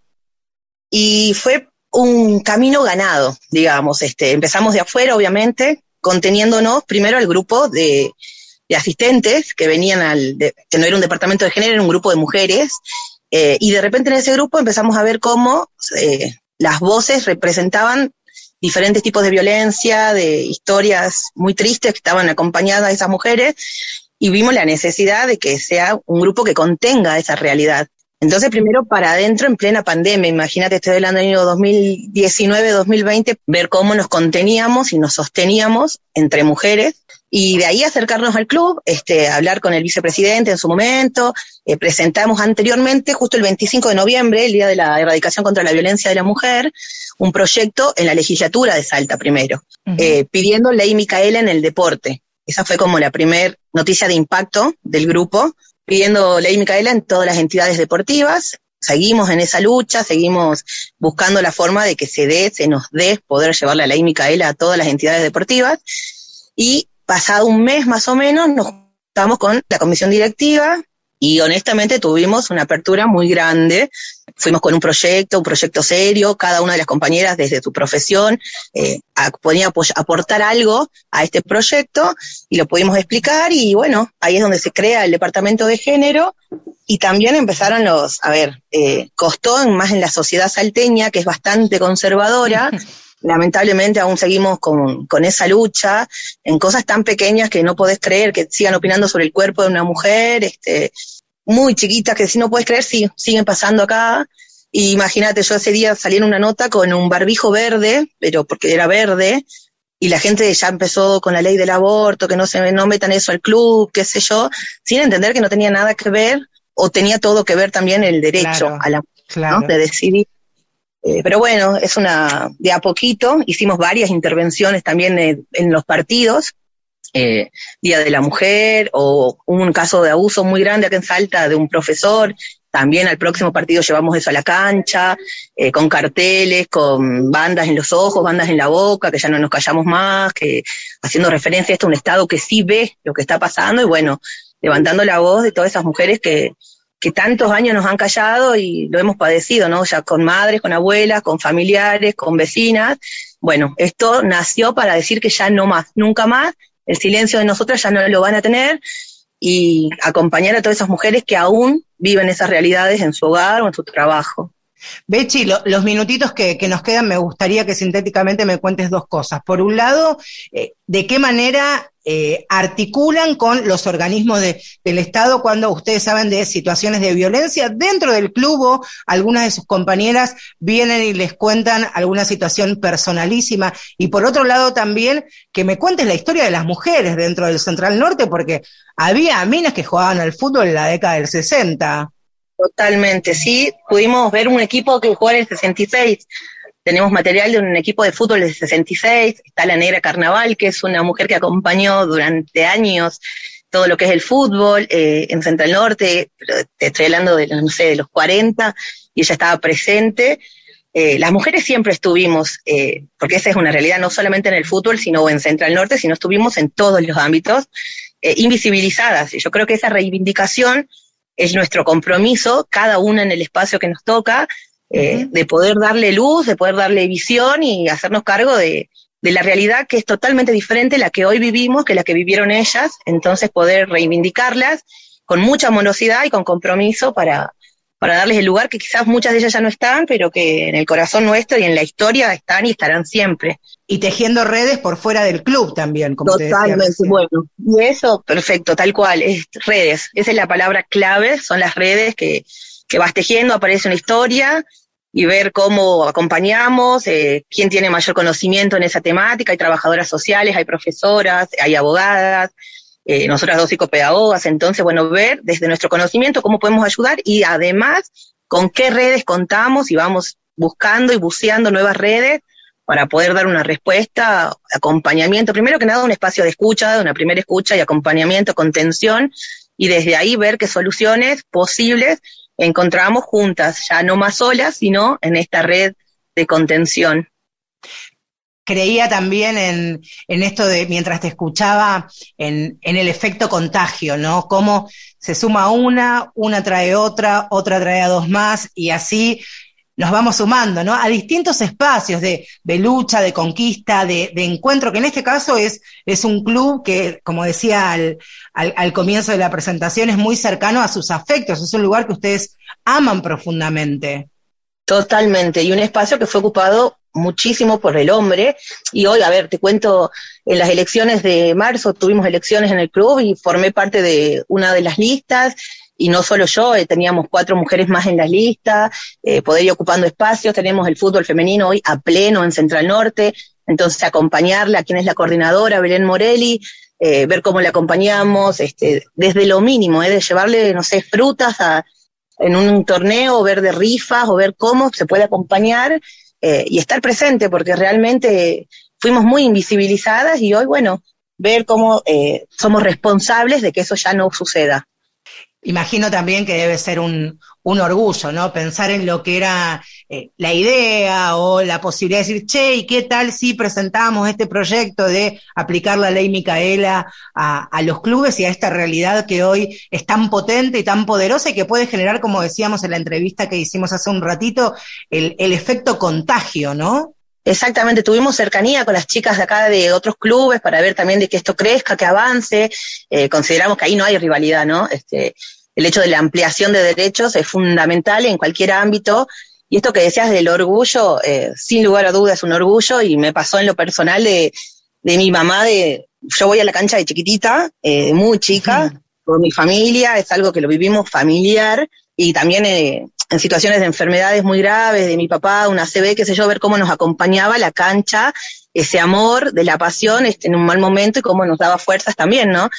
Y fue un camino ganado, digamos, empezamos de afuera, obviamente, conteniéndonos primero al grupo de asistentes que venían que no era un departamento de género, era un grupo de mujeres, y de repente en ese grupo empezamos a ver cómo las voces representaban diferentes tipos de violencia, de historias muy tristes que estaban acompañadas de esas mujeres, y vimos la necesidad de que sea un grupo que contenga esa realidad. Entonces, primero para adentro en plena pandemia, imagínate, estoy hablando del año 2019, 2020, ver cómo nos conteníamos y nos sosteníamos entre mujeres, y de ahí acercarnos al club, hablar con el vicepresidente en su momento, presentamos anteriormente, justo el 25 de noviembre, el Día de la Erradicación contra la Violencia de la Mujer, un proyecto en la legislatura de Salta primero, pidiendo ley Micaela en el deporte. Esa fue como la primer noticia de impacto del grupo, pidiendo ley Micaela en todas las entidades deportivas. Seguimos en esa lucha, seguimos buscando la forma de que se nos dé poder llevar la ley Micaela a todas las entidades deportivas, y pasado un mes más o menos nos juntamos con la comisión directiva y honestamente tuvimos una apertura muy grande. Fuimos con un proyecto serio, cada una de las compañeras desde su profesión podía aportar algo a este proyecto y lo pudimos explicar, y bueno, ahí es donde se crea el departamento de género, y también empezaron costó más en la sociedad salteña, que es bastante conservadora. Lamentablemente aún seguimos con esa lucha en cosas tan pequeñas que no podés creer, que sigan opinando sobre el cuerpo de una mujer, muy chiquitas, que si no podés creer, sí, siguen pasando acá. Y imagínate, yo ese día salí en una nota con un barbijo verde, pero porque era verde, y la gente ya empezó con la ley del aborto, que no metan eso al club, qué sé yo, sin entender que no tenía nada que ver, o tenía todo que ver también el derecho a la mujer, ¿no? De decidir. Pero bueno, de a poquito, hicimos varias intervenciones también en los partidos, Día de la Mujer, o un caso de abuso muy grande acá en Salta de un profesor. También al próximo partido llevamos eso a la cancha, con carteles, con bandas en los ojos, bandas en la boca, que ya no nos callamos más, que haciendo referencia a esto, un Estado que sí ve lo que está pasando, y bueno, levantando la voz de todas esas mujeres que tantos años nos han callado y lo hemos padecido, ¿no? Ya con madres, con abuelas, con familiares, con vecinas. Bueno, esto nació para decir que ya no más, nunca más, el silencio de nosotras ya no lo van a tener, y acompañar a todas esas mujeres que aún viven esas realidades en su hogar o en su trabajo. Bechi, los minutitos que nos quedan, me gustaría que sintéticamente me cuentes 2 cosas. Por un lado, ¿de qué manera articulan con los organismos del Estado cuando ustedes saben de situaciones de violencia dentro del club, o algunas de sus compañeras vienen y les cuentan alguna situación personalísima? Y por otro lado también, que me cuentes la historia de las mujeres dentro del Central Norte, porque había minas que jugaban al fútbol en la década del 60. Totalmente, sí, pudimos ver un equipo que jugaba en el 66, tenemos material de un equipo de fútbol del 66, está la Negra Carnaval, que es una mujer que acompañó durante años todo lo que es el fútbol en Central Norte, te estoy hablando de los 40, y ella estaba presente. las mujeres siempre estuvimos, porque esa es una realidad no solamente en el fútbol, sino en Central Norte, sino estuvimos en todos los ámbitos, invisibilizadas. Y yo creo que esa reivindicación es nuestro compromiso, cada una en el espacio que nos toca, de poder darle luz, de poder darle visión y hacernos cargo de la realidad que es totalmente diferente a la que hoy vivimos, que la que vivieron ellas, entonces poder reivindicarlas con mucha amorosidad y con compromiso para darles el lugar que quizás muchas de ellas ya no están, pero que en el corazón nuestro y en la historia están y estarán siempre. Y tejiendo redes por fuera del club también, como totalmente, te decía. Bueno, y eso, perfecto, tal cual, es redes, esa es la palabra clave, son las redes que vas tejiendo, aparece una historia, y ver cómo acompañamos, quién tiene mayor conocimiento en esa temática. Hay trabajadoras sociales, hay profesoras, hay abogadas, nosotras 2 psicopedagogas, entonces, bueno, ver desde nuestro conocimiento cómo podemos ayudar y además con qué redes contamos y vamos buscando y buceando nuevas redes para poder dar una respuesta, acompañamiento, primero que nada un espacio de escucha, una primera escucha y acompañamiento, contención, y desde ahí ver qué soluciones posibles encontramos juntas, ya no más solas, sino en esta red de contención. Creía también en esto de, mientras te escuchaba, en el efecto contagio, ¿no? Cómo se suma una trae otra trae a 2 más, y así nos vamos sumando, ¿no? A distintos espacios de lucha, de conquista, de encuentro, que en este caso es un club que, como decía al comienzo de la presentación, es muy cercano a sus afectos, es un lugar que ustedes aman profundamente. Totalmente, y un espacio que fue ocupado muchísimo por el hombre, y hoy, a ver, te cuento, en las elecciones de marzo tuvimos elecciones en el club y formé parte de una de las listas, y no solo yo, teníamos 4 mujeres más en la lista, poder ir ocupando espacios, tenemos el fútbol femenino hoy a pleno en Central Norte, entonces acompañarla, quien es la coordinadora, Belén Morelli, ver cómo la acompañamos, desde lo mínimo, de llevarle, no sé, frutas en un torneo, o ver de rifas, o ver cómo se puede acompañar, y estar presente, porque realmente fuimos muy invisibilizadas, y hoy, bueno, ver cómo somos responsables de que eso ya no suceda. Imagino también que debe ser un orgullo, ¿no? Pensar en lo que era la idea o la posibilidad de decir, che, ¿y qué tal si presentamos este proyecto de aplicar la ley Micaela a los clubes y a esta realidad que hoy es tan potente y tan poderosa y que puede generar, como decíamos en la entrevista que hicimos hace un ratito, el efecto contagio, ¿no? Exactamente, tuvimos cercanía con las chicas de acá de otros clubes para ver también de que esto crezca, que avance, consideramos que ahí no hay rivalidad, ¿no? El hecho de la ampliación de derechos es fundamental en cualquier ámbito, y esto que decías del orgullo, sin lugar a dudas es un orgullo, y me pasó en lo personal de mi mamá, yo voy a la cancha de chiquitita, muy chica, por mi familia, es algo que lo vivimos familiar, y también en situaciones de enfermedades muy graves, de mi papá, una ACV, qué sé yo, ver cómo nos acompañaba la cancha, ese amor de la pasión en un mal momento y cómo nos daba fuerzas también, ¿no?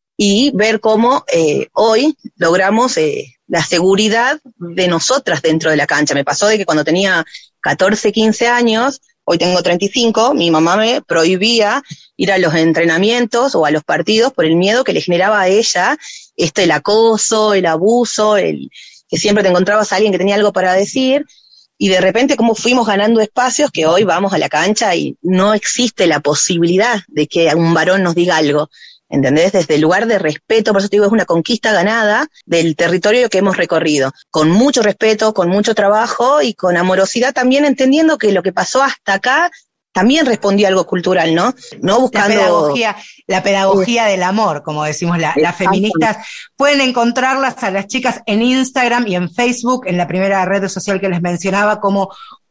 Y ver cómo hoy logramos la seguridad de nosotras dentro de la cancha. Me pasó de que cuando tenía 14, 15 años, hoy tengo 35, mi mamá me prohibía ir a los entrenamientos o a los partidos por el miedo que le generaba a ella el acoso, el abuso, que siempre te encontrabas a alguien que tenía algo para decir, y de repente cómo fuimos ganando espacios que hoy vamos a la cancha y no existe la posibilidad de que un varón nos diga algo, ¿entendés? Desde el lugar de respeto, por eso te digo, es una conquista ganada del territorio que hemos recorrido, con mucho respeto, con mucho trabajo y con amorosidad también, entendiendo que lo que pasó hasta acá también respondía a algo cultural, ¿no? No buscando... La pedagogía del amor, como decimos las feministas. Pueden encontrarlas a las chicas en Instagram y en Facebook, en la primera red social que les mencionaba, como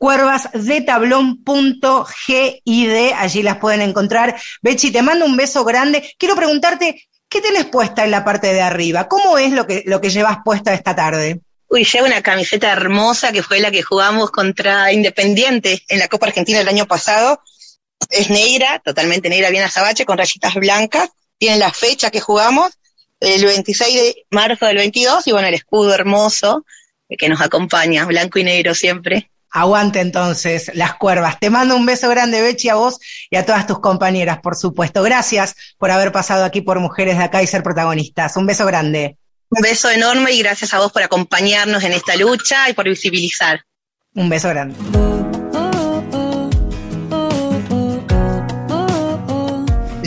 cuervasdetablón.gid, allí las pueden encontrar. Bechi, te mando un beso grande. Quiero preguntarte, ¿qué tenés puesta en la parte de arriba? ¿Cómo es lo que llevas puesta esta tarde? Uy, llevo una camiseta hermosa que fue la que jugamos contra Independiente en la Copa Argentina el año pasado. Es negra, totalmente negra, bien azabache, con rayitas blancas. Tiene la fecha que jugamos, el 26 de marzo del 22, y bueno, el escudo hermoso que nos acompaña, blanco y negro siempre. Aguante entonces las cuervas. Te mando un beso grande, Bechi, a vos y a todas tus compañeras, por supuesto. Gracias por haber pasado aquí por Mujeres de Acá y ser protagonistas. Un beso grande. Un beso enorme y gracias a vos por acompañarnos en esta lucha y por visibilizar. Un beso grande.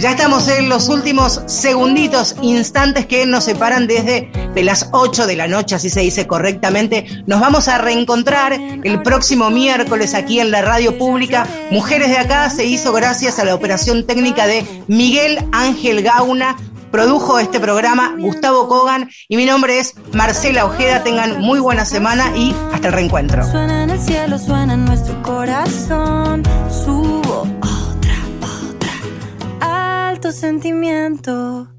Ya estamos en los últimos segunditos, instantes que nos separan desde de las 8 de la noche, así se dice correctamente. Nos vamos a reencontrar el próximo miércoles aquí en la radio pública. Mujeres de Acá se hizo gracias a la operación técnica de Miguel Ángel Gauna. Produjo este programa Gustavo Kogan y mi nombre es Marcela Ojeda. Tengan muy buena semana y hasta el reencuentro. Suena en el cielo, suena en nuestro corazón. Subo otra, alto sentimiento.